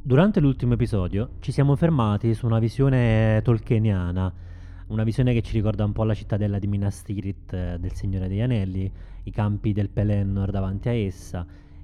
Durante l'ultimo episodio ci siamo fermati su una visione tolkieniana, una visione che ci ricorda un po' la cittadella di Minas Tirith del Signore degli Anelli, i campi del Pelennor davanti a essa,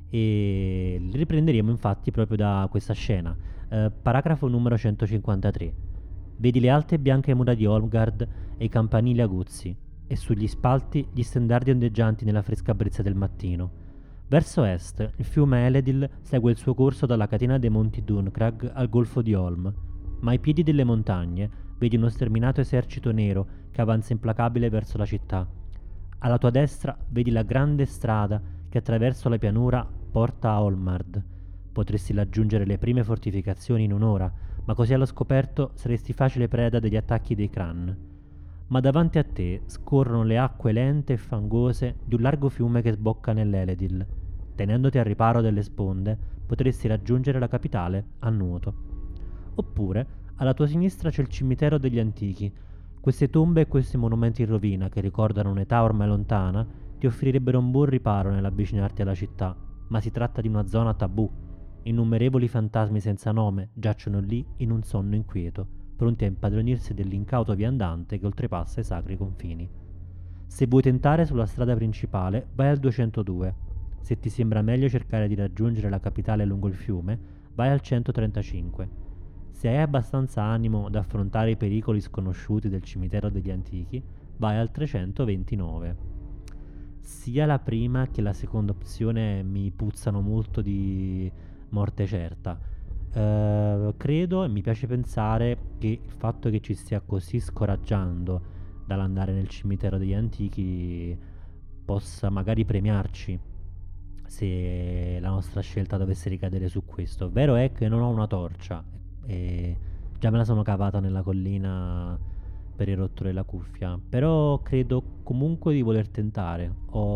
e li riprenderemo infatti proprio da questa scena. Paragrafo numero 153. Vedi le alte e bianche mura di Olmgard e i campanili aguzzi, e sugli spalti gli stendardi ondeggianti nella fresca brezza del mattino. Verso est, il fiume Eledil segue il suo corso dalla catena dei monti Dunkrag al golfo di Holm, ma ai piedi delle montagne vedi uno sterminato esercito nero che avanza implacabile verso la città. Alla tua destra vedi la grande strada che attraverso la pianura porta a Olmard. Potresti raggiungere le prime fortificazioni in un'ora, ma così allo scoperto saresti facile preda degli attacchi dei Cran. Ma davanti a te scorrono le acque lente e fangose di un largo fiume che sbocca nell'Eledil. Tenendoti al riparo delle sponde, potresti raggiungere la capitale a nuoto. Oppure, alla tua sinistra c'è il cimitero degli antichi. Queste tombe e questi monumenti in rovina, che ricordano un'età ormai lontana, ti offrirebbero un buon riparo nell'avvicinarti alla città, ma si tratta di una zona tabù. Innumerevoli fantasmi senza nome giacciono lì in un sonno inquieto, pronti a impadronirsi dell'incauto viandante che oltrepassa i sacri confini. Se vuoi tentare sulla strada principale, vai al 202. Se ti sembra meglio cercare di raggiungere la capitale lungo il fiume, vai al 135. Se hai abbastanza animo da affrontare i pericoli sconosciuti del cimitero degli antichi, vai al 329. Sia la prima che la seconda opzione mi puzzano molto di morte certa. Credo e mi piace pensare che il fatto che ci stia così scoraggiando dall'andare nel cimitero degli antichi possa magari premiarci se la nostra scelta dovesse ricadere su questo. Vero è che non ho una torcia e già me la sono cavata nella collina per il rotto della cuffia, però credo comunque di voler tentare.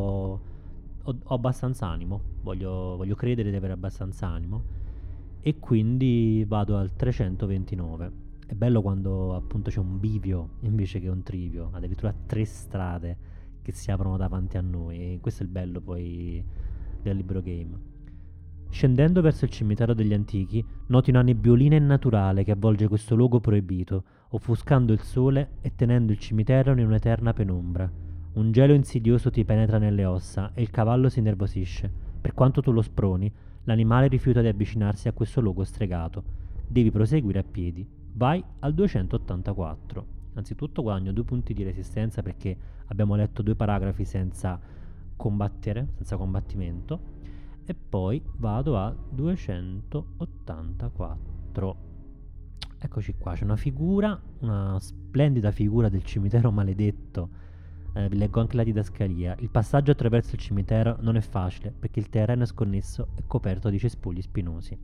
Ho abbastanza animo, voglio credere di avere abbastanza animo e quindi vado al 329. È bello quando appunto c'è un bivio invece che un trivio, addirittura tre strade che si aprono davanti a noi, e questo è il bello poi del libro game. Scendendo verso il cimitero degli antichi, noti una nebbiolina innaturale che avvolge questo luogo proibito, offuscando il sole e tenendo il cimitero in un'eterna penombra. Un gelo insidioso ti penetra nelle ossa e il cavallo si innervosisce. Per quanto tu lo sproni, l'animale rifiuta di avvicinarsi a questo luogo stregato. Devi proseguire a piedi. Vai al 284. Anzitutto guadagno 2 punti di resistenza perché abbiamo letto 2 paragrafi senza combattere, senza combattimento. E poi vado a 284. Eccoci qua, c'è una figura, una splendida figura del cimitero maledetto. Vi leggo anche la didascalia. Il passaggio attraverso il cimitero non è facile perché il terreno è sconnesso e coperto di cespugli spinosi.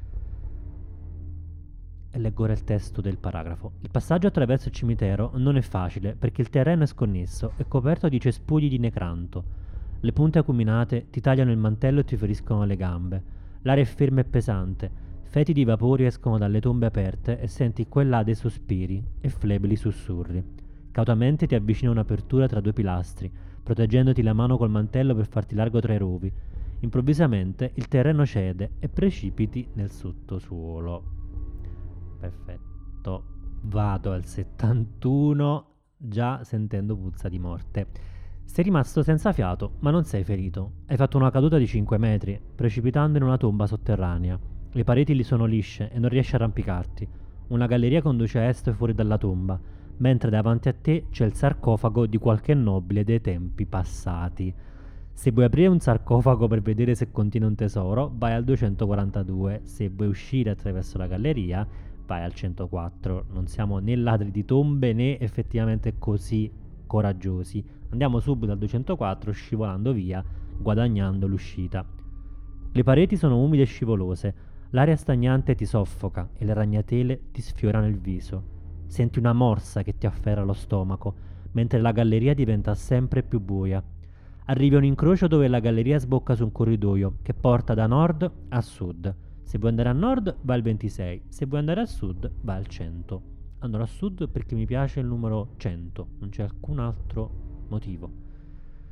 E leggo ora il testo del paragrafo. Il passaggio attraverso il cimitero non è facile perché il terreno è sconnesso e coperto di cespugli di necranto. Le punte acuminate ti tagliano il mantello e ti feriscono le gambe. L'aria è ferma e pesante. Fetidi vapori escono dalle tombe aperte e senti qua e là dei sospiri e flebili sussurri. Cautamente ti avvicini a un'apertura tra 2 pilastri, proteggendoti la mano col mantello per farti largo tra i rovi. Improvvisamente il terreno cede e precipiti nel sottosuolo. Perfetto. Vado al 71, già sentendo puzza di morte. Sei rimasto senza fiato, ma non sei ferito. Hai fatto una caduta di 5 metri, precipitando in una tomba sotterranea. Le pareti lì sono lisce e non riesci a arrampicarti. Una galleria conduce a est fuori dalla tomba, mentre davanti a te c'è il sarcofago di qualche nobile dei tempi passati. Se vuoi aprire un sarcofago per vedere se contiene un tesoro, vai al 242. Se vuoi uscire attraverso la galleria, vai al 104. Non siamo né ladri di tombe né effettivamente così coraggiosi. Andiamo subito al 204 scivolando via, guadagnando l'uscita. Le pareti sono umide e scivolose, l'aria stagnante ti soffoca e le ragnatele ti sfiorano il viso. Senti una morsa che ti afferra lo stomaco, mentre la galleria diventa sempre più buia. Arrivi a un incrocio dove la galleria sbocca su un corridoio che porta da nord a sud. Se vuoi andare a nord vai al 26, se vuoi andare a sud vai al 100. Andrò a sud perché mi piace il numero 100, non c'è alcun altro motivo.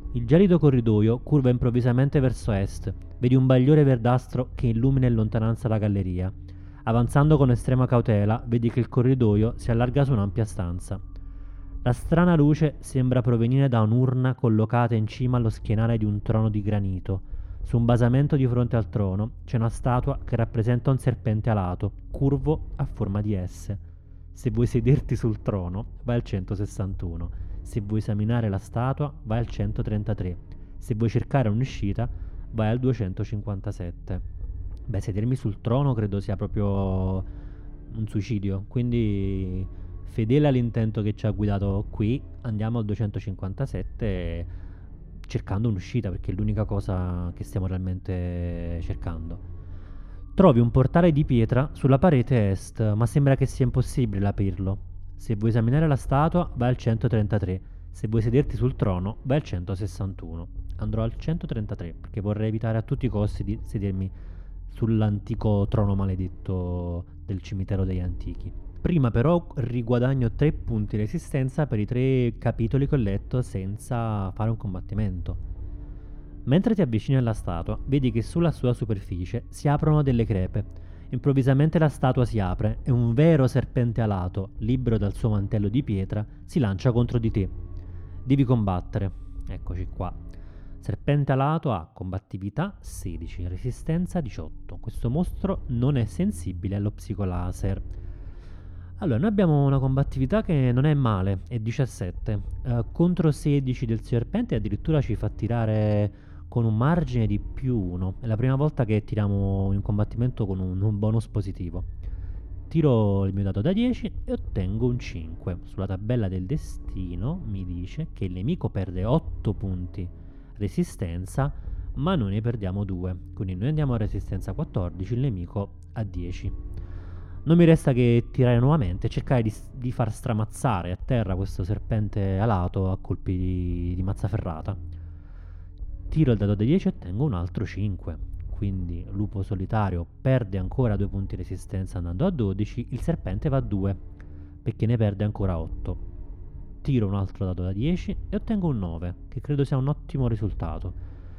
Il gelido corridoio curva improvvisamente verso est. Vedi un bagliore verdastro che illumina in lontananza la galleria. Avanzando con estrema cautela, vedi che il corridoio si allarga su un'ampia stanza. La strana luce sembra provenire da un'urna collocata in cima allo schienale di un trono di granito. Su un basamento di fronte al trono c'è una statua che rappresenta un serpente alato, curvo a forma di S. Se vuoi sederti sul trono, vai al 161. Se vuoi esaminare la statua, vai al 133. Se vuoi cercare un'uscita, vai al 257. Beh, sedermi sul trono credo sia proprio un suicidio, quindi fedele all'intento che ci ha guidato qui, andiamo al 257 cercando un'uscita perché è l'unica cosa che stiamo realmente cercando. Trovi un portale di pietra sulla parete est, ma sembra che sia impossibile aprirlo. Se vuoi esaminare la statua, vai al 133. Se vuoi sederti sul trono, vai al 161. Andrò al 133 perché vorrei evitare a tutti i costi di sedermi sull'antico trono maledetto del cimitero degli antichi. Prima però riguadagno 3 punti resistenza per i 3 capitoli che ho letto senza fare un combattimento. Mentre ti avvicini alla statua, vedi che sulla sua superficie si aprono delle crepe. Improvvisamente la statua si apre e un vero serpente alato, libero dal suo mantello di pietra, si lancia contro di te. Devi combattere. Eccoci qua. Serpente alato ha combattività 16, resistenza 18. Questo mostro non è sensibile allo psicolaser. Allora, noi abbiamo una combattività che non è male, è 17. Contro 16 del serpente addirittura ci fa tirare con un margine di più 1. È la prima volta che tiriamo in combattimento con un bonus positivo. Tiro il mio dado da 10 e ottengo un 5. Sulla tabella del destino mi dice che il nemico perde 8 punti resistenza, ma noi ne perdiamo 2. Quindi noi andiamo a resistenza 14, il nemico a 10. Non mi resta che tirare nuovamente e cercare di far stramazzare a terra questo serpente alato a colpi di mazzaferrata. Tiro il dado da 10 e ottengo un altro 5. Quindi lupo solitario perde ancora 2 punti resistenza andando a 12, il serpente va a 2 perché ne perde ancora 8. Tiro un altro dado da 10 e ottengo un 9, che credo sia un ottimo risultato.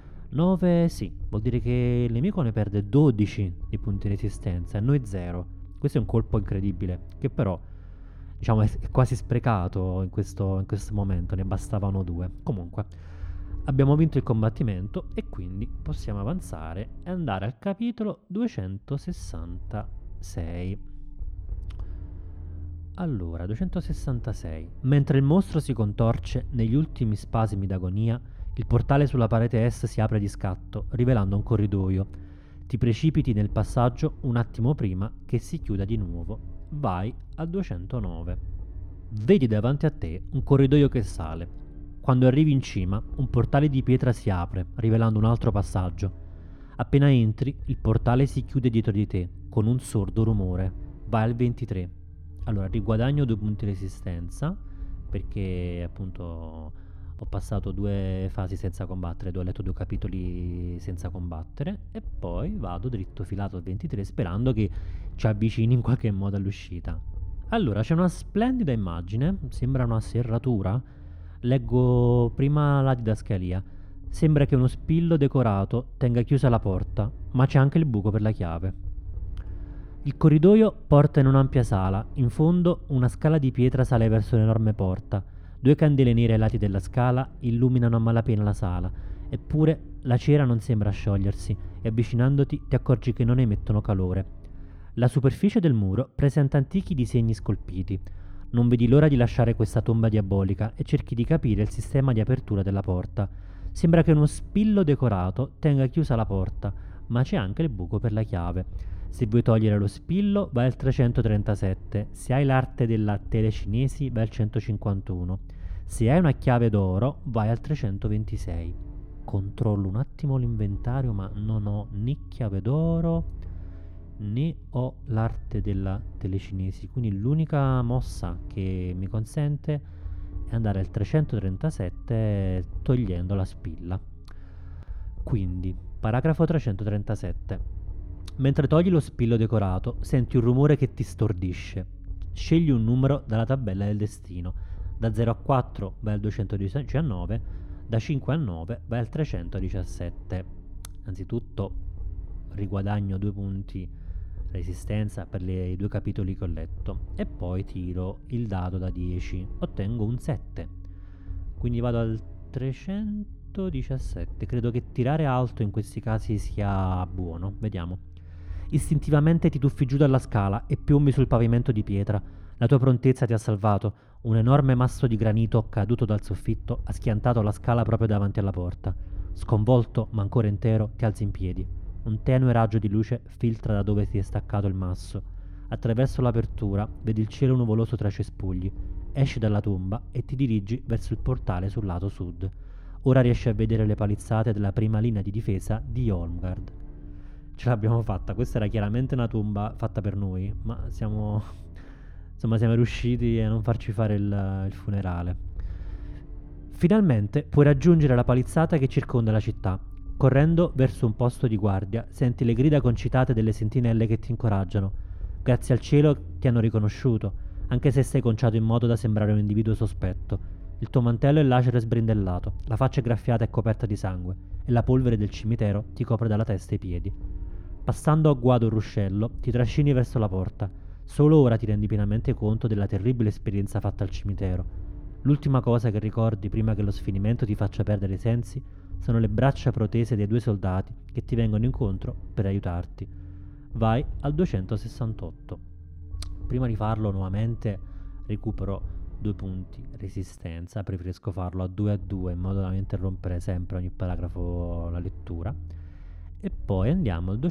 9 sì, vuol dire che il nemico ne perde 12 di punti resistenza e noi 0. Questo è un colpo incredibile, che però diciamo è quasi sprecato in questo momento, ne bastavano 2. Comunque, abbiamo vinto il combattimento e quindi possiamo avanzare e andare al capitolo 266. Allora, 266. Mentre il mostro si contorce negli ultimi spasimi d'agonia, il portale sulla parete est si apre di scatto, rivelando un corridoio. Ti precipiti nel passaggio un attimo prima che si chiuda di nuovo. Vai al 209. Vedi davanti a te un corridoio che sale. Quando arrivi in cima, un portale di pietra si apre, rivelando un altro passaggio. Appena entri, il portale si chiude dietro di te, con un sordo rumore. Vai al 23. Allora, riguadagno 2 punti resistenza, perché appunto ho passato 2 fasi senza combattere, ho letto 2 capitoli senza combattere, e poi vado dritto filato al 23 sperando che ci avvicini in qualche modo all'uscita. Allora, c'è una splendida immagine, sembra una serratura. Leggo prima la didascalia. Sembra che uno spillo decorato tenga chiusa la porta, ma c'è anche il buco per la chiave. Il corridoio porta in un'ampia sala. In fondo una scala di pietra sale verso l'enorme porta. 2 candele nere ai lati della scala illuminano a malapena la sala. Eppure la cera non sembra sciogliersi e avvicinandoti ti accorgi che non emettono calore. La superficie del muro presenta antichi disegni scolpiti. Non vedi l'ora di lasciare questa tomba diabolica e cerchi di capire il sistema di apertura della porta. Sembra che uno spillo decorato tenga chiusa la porta, ma c'è anche il buco per la chiave. Se vuoi togliere lo spillo, vai al 337. Se hai l'arte della telecinesi, vai al 151. Se hai una chiave d'oro, vai al 326. Controllo un attimo l'inventario, ma non ho né chiave d'oro né ho l'arte della telecinesi. Quindi l'unica mossa che mi consente è andare al 337 togliendo la spilla. Quindi, paragrafo 337. Mentre togli lo spillo decorato, senti un rumore che ti stordisce. Scegli un numero dalla tabella del destino. Da 0 a 4 vai al 219, Da 5 a 9 vai al 317. Anzitutto riguadagno 2 punti resistenza per i 2 capitoli che ho letto e poi tiro il dado da 10, ottengo un 7, quindi vado al 317. Credo che tirare alto in questi casi sia buono, vediamo. Istintivamente ti tuffi giù dalla scala e piombi sul pavimento di pietra. La tua prontezza ti ha salvato. Un enorme masso di granito caduto dal soffitto ha schiantato la scala proprio davanti alla porta. Sconvolto, ma ancora intero, ti alzi in piedi. Un tenue raggio di luce filtra da dove si è staccato il masso. Attraverso l'apertura vedi il cielo nuvoloso tra i cespugli. Esci dalla tomba e ti dirigi verso il portale sul lato sud. Ora riesci a vedere le palizzate della prima linea di difesa di Holmgard. Ce l'abbiamo fatta. Questa era chiaramente una tomba fatta per noi, ma siamo riusciti a non farci fare il funerale. Finalmente puoi raggiungere la palizzata che circonda la città. Correndo verso un posto di guardia, senti le grida concitate delle sentinelle che ti incoraggiano. Grazie al cielo ti hanno riconosciuto, anche se sei conciato in modo da sembrare un individuo sospetto. Il tuo mantello è lacero e sbrindellato, la faccia è graffiata e coperta di sangue, e la polvere del cimitero ti copre dalla testa ai piedi. Passando a guado un ruscello, ti trascini verso la porta. Solo ora ti rendi pienamente conto della terribile esperienza fatta al cimitero. L'ultima cosa che ricordi prima che lo sfinimento ti faccia perdere i sensi sono le braccia protese dei 2 soldati che ti vengono incontro per aiutarti. Vai al 268. Prima di farlo nuovamente recupero 2 punti resistenza, preferisco farlo a 2 in modo da non interrompere sempre ogni paragrafo la lettura. E poi andiamo al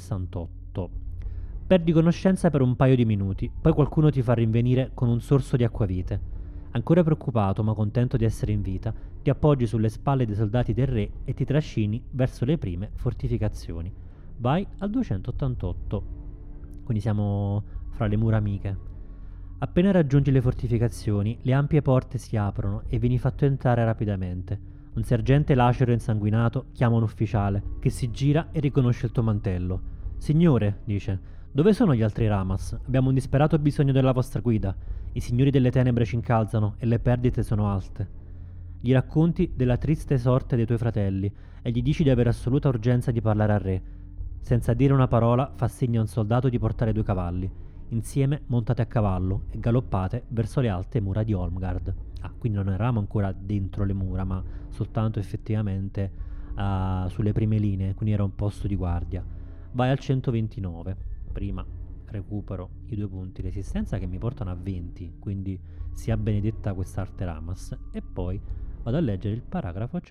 268. Perdi conoscenza per un paio di minuti, poi qualcuno ti fa rinvenire con un sorso di acquavite. Ancora preoccupato ma contento di essere in vita, ti appoggi sulle spalle dei soldati del re e ti trascini verso le prime fortificazioni. Vai al 288. Quindi siamo fra le mura amiche. Appena raggiungi le fortificazioni, le ampie porte si aprono e vieni fatto entrare rapidamente. Un sergente lacero e insanguinato chiama un ufficiale, che si gira e riconosce il tuo mantello. Signore, dice, dove sono gli altri Ramas? Abbiamo un disperato bisogno della vostra guida. I signori delle tenebre ci incalzano e le perdite sono alte. Gli racconti della triste sorte dei tuoi fratelli e gli dici di avere assoluta urgenza di parlare al re. Senza dire una parola fa segno a un soldato di portare 2 cavalli. Insieme montate a cavallo e galoppate verso le alte mura di Holmgard. Quindi non eravamo ancora dentro le mura, ma soltanto effettivamente sulle prime linee, quindi era un posto di guardia. Vai al 129. Prima recupero i 2 punti resistenza che mi portano a 20, quindi sia benedetta quest'arte Ramas. E poi vado a leggere il paragrafo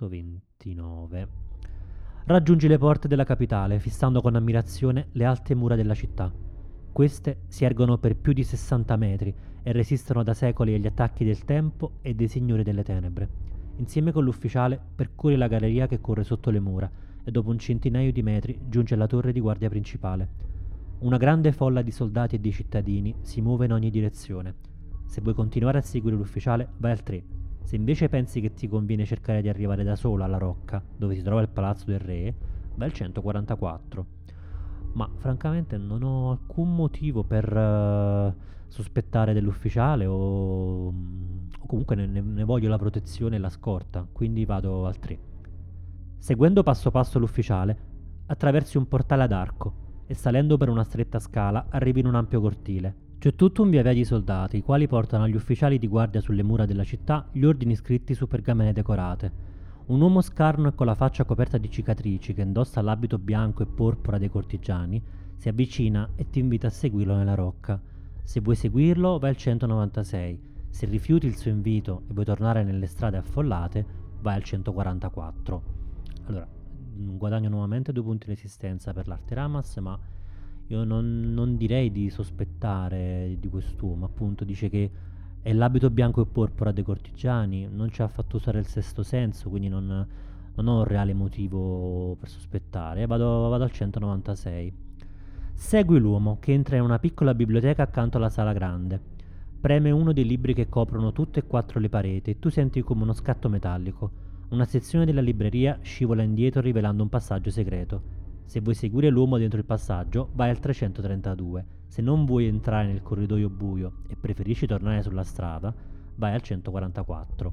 129. Raggiungi le porte della capitale, fissando con ammirazione le alte mura della città. Queste si ergono per più di 60 metri e resistono da secoli agli attacchi del tempo e dei signori delle tenebre. Insieme con l'ufficiale percorri la galleria che corre sotto le mura e dopo un centinaio di metri giunge alla torre di guardia principale. Una grande folla di soldati e di cittadini si muove in ogni direzione. Se vuoi continuare a seguire l'ufficiale, vai al 3. Se invece pensi che ti conviene cercare di arrivare da solo alla rocca, dove si trova il palazzo del re, vai al 144. Ma francamente non ho alcun motivo per sospettare dell'ufficiale o comunque ne voglio la protezione e la scorta, quindi vado al 3. Seguendo passo passo l'ufficiale, attraversi un portale ad arco e salendo per una stretta scala arrivi in un ampio cortile. C'è tutto un via via di soldati, i quali portano agli ufficiali di guardia sulle mura della città gli ordini scritti su pergamene decorate. Un uomo scarno e con la faccia coperta di cicatrici, che indossa l'abito bianco e porpora dei cortigiani, si avvicina e ti invita a seguirlo nella rocca. Se vuoi seguirlo, vai al 196. Se rifiuti il suo invito e vuoi tornare nelle strade affollate, vai al 144. Allora, guadagno nuovamente 2 punti di resistenza per l'arte Ramas, ma io non direi di sospettare di quest'uomo. Appunto dice che è l'abito bianco e porpora dei cortigiani, non ci ha fatto usare il sesto senso, quindi non ho un reale motivo per sospettare. Vado al 196. Segui l'uomo che entra in una piccola biblioteca accanto alla sala grande. Preme uno dei libri che coprono tutte e 4 le pareti e tu senti come uno scatto metallico. Una sezione della libreria scivola indietro rivelando un passaggio segreto. Se vuoi seguire l'uomo dentro il passaggio, vai al 332. Se non vuoi entrare nel corridoio buio e preferisci tornare sulla strada, vai al 144.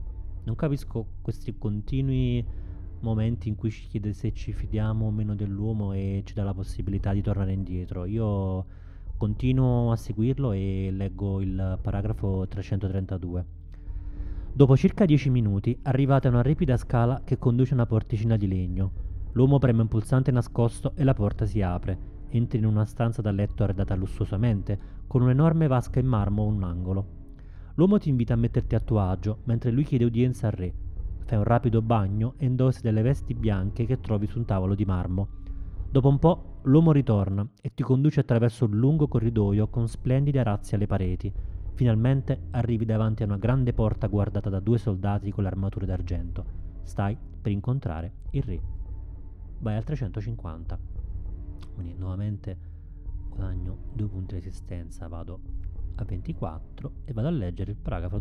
Non capisco questi continui momenti in cui ci chiede se ci fidiamo o meno dell'uomo e ci dà la possibilità di tornare indietro. Io continuo a seguirlo e leggo il paragrafo 332. Dopo circa 10 minuti arrivate a una ripida scala che conduce a una porticina di legno. L'uomo preme un pulsante nascosto e la porta si apre. Entri in una stanza da letto arredata lussuosamente, con un'enorme vasca in marmo a un angolo. L'uomo ti invita a metterti a tuo agio, mentre lui chiede udienza al re. Fai un rapido bagno e indossi delle vesti bianche che trovi su un tavolo di marmo. Dopo un po' l'uomo ritorna e ti conduce attraverso un lungo corridoio con splendidi arazzi alle pareti. Finalmente arrivi davanti a una grande porta guardata da 2 soldati con le armature d'argento. Stai per incontrare il re. Vai al 350. Quindi nuovamente guadagno 2 punti di resistenza, vado a 24 e vado a leggere il paragrafo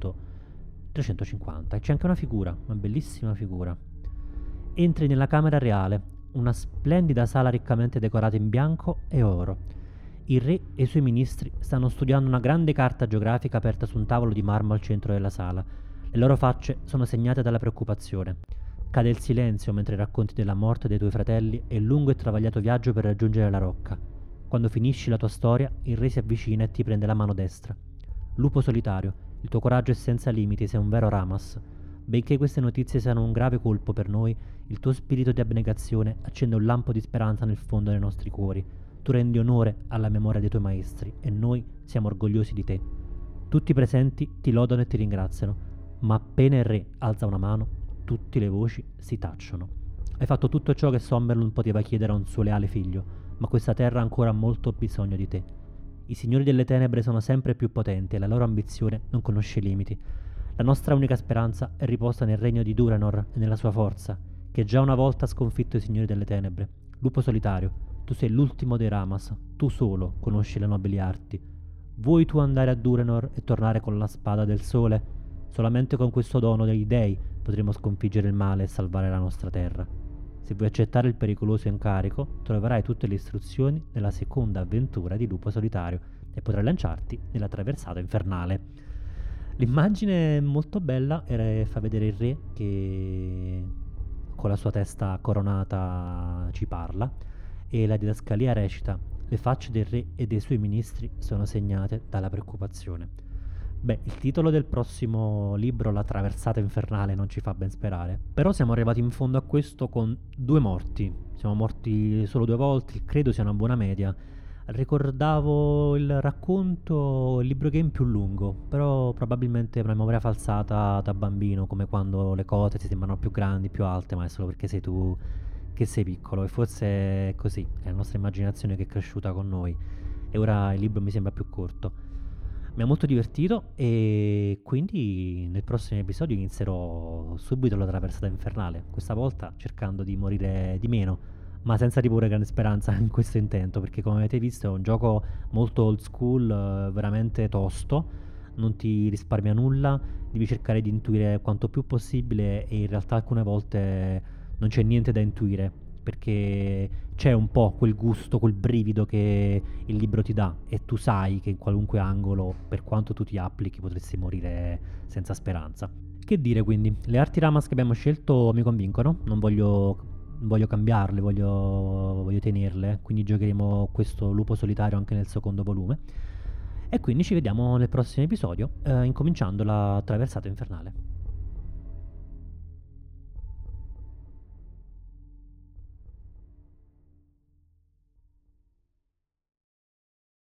350. E c'è anche una figura, una bellissima figura. Entri nella camera reale, una splendida sala riccamente decorata in bianco e oro. Il re e i suoi ministri stanno studiando una grande carta geografica aperta su un tavolo di marmo al centro della sala. Le loro facce sono segnate dalla preoccupazione. Cade il silenzio mentre racconti della morte dei tuoi fratelli e il lungo e travagliato viaggio per raggiungere la rocca. Quando finisci la tua storia, il re si avvicina e ti prende la mano destra. Lupo solitario, il tuo coraggio è senza limiti, sei un vero Ramas. Benché queste notizie siano un grave colpo per noi, il tuo spirito di abnegazione accende un lampo di speranza nel fondo dei nostri cuori. Tu rendi onore alla memoria dei tuoi maestri e noi siamo orgogliosi di te. Tutti i presenti ti lodano e ti ringraziano, ma appena il re alza una mano, tutte le voci si tacciono. Hai fatto tutto ciò che Sommerlund poteva chiedere a un suo leale figlio, ma questa terra ha ancora molto bisogno di te. I signori delle tenebre sono sempre più potenti e la loro ambizione non conosce limiti. La nostra unica speranza è riposta nel regno di Duranor e nella sua forza, che già una volta ha sconfitto i signori delle tenebre. Lupo solitario, tu sei l'ultimo dei Ramas, tu solo conosci le nobili arti. Vuoi tu andare a Duranor e tornare con la spada del sole? Solamente con questo dono degli dei potremo sconfiggere il male e salvare la nostra terra. Se vuoi accettare il pericoloso incarico, troverai tutte le istruzioni nella seconda avventura di Lupo Solitario e potrai lanciarti nella traversata infernale. L'immagine è molto bella e fa vedere il re che con la sua testa coronata ci parla e la didascalia recita: le facce del re e dei suoi ministri sono segnate dalla preoccupazione. Beh, il titolo del prossimo libro, La traversata infernale, non ci fa ben sperare. Però siamo arrivati in fondo a questo con 2 morti. Siamo morti solo 2 volte, credo sia una buona media. Ricordavo il racconto, il libro game più lungo, però probabilmente una memoria falsata da bambino, come quando le cose ti sembrano più grandi, più alte, ma è solo perché sei tu che sei piccolo. E forse è così, è la nostra immaginazione che è cresciuta con noi. E ora il libro mi sembra più corto. Mi ha molto divertito e quindi nel prossimo episodio inizierò subito la traversata infernale, questa volta cercando di morire di meno, ma senza riporre grande speranza in questo intento, perché come avete visto è un gioco molto old school, veramente tosto, non ti risparmia nulla, devi cercare di intuire quanto più possibile e in realtà alcune volte non c'è niente da intuire, perché c'è un po' quel gusto, quel brivido che il libro ti dà e tu sai che in qualunque angolo, per quanto tu ti applichi, potresti morire senza speranza. Che dire quindi, le arti Ramas che abbiamo scelto mi convincono, non voglio cambiarle, voglio tenerle, quindi giocheremo questo lupo solitario anche nel secondo volume. E quindi ci vediamo nel prossimo episodio, incominciando la traversata infernale.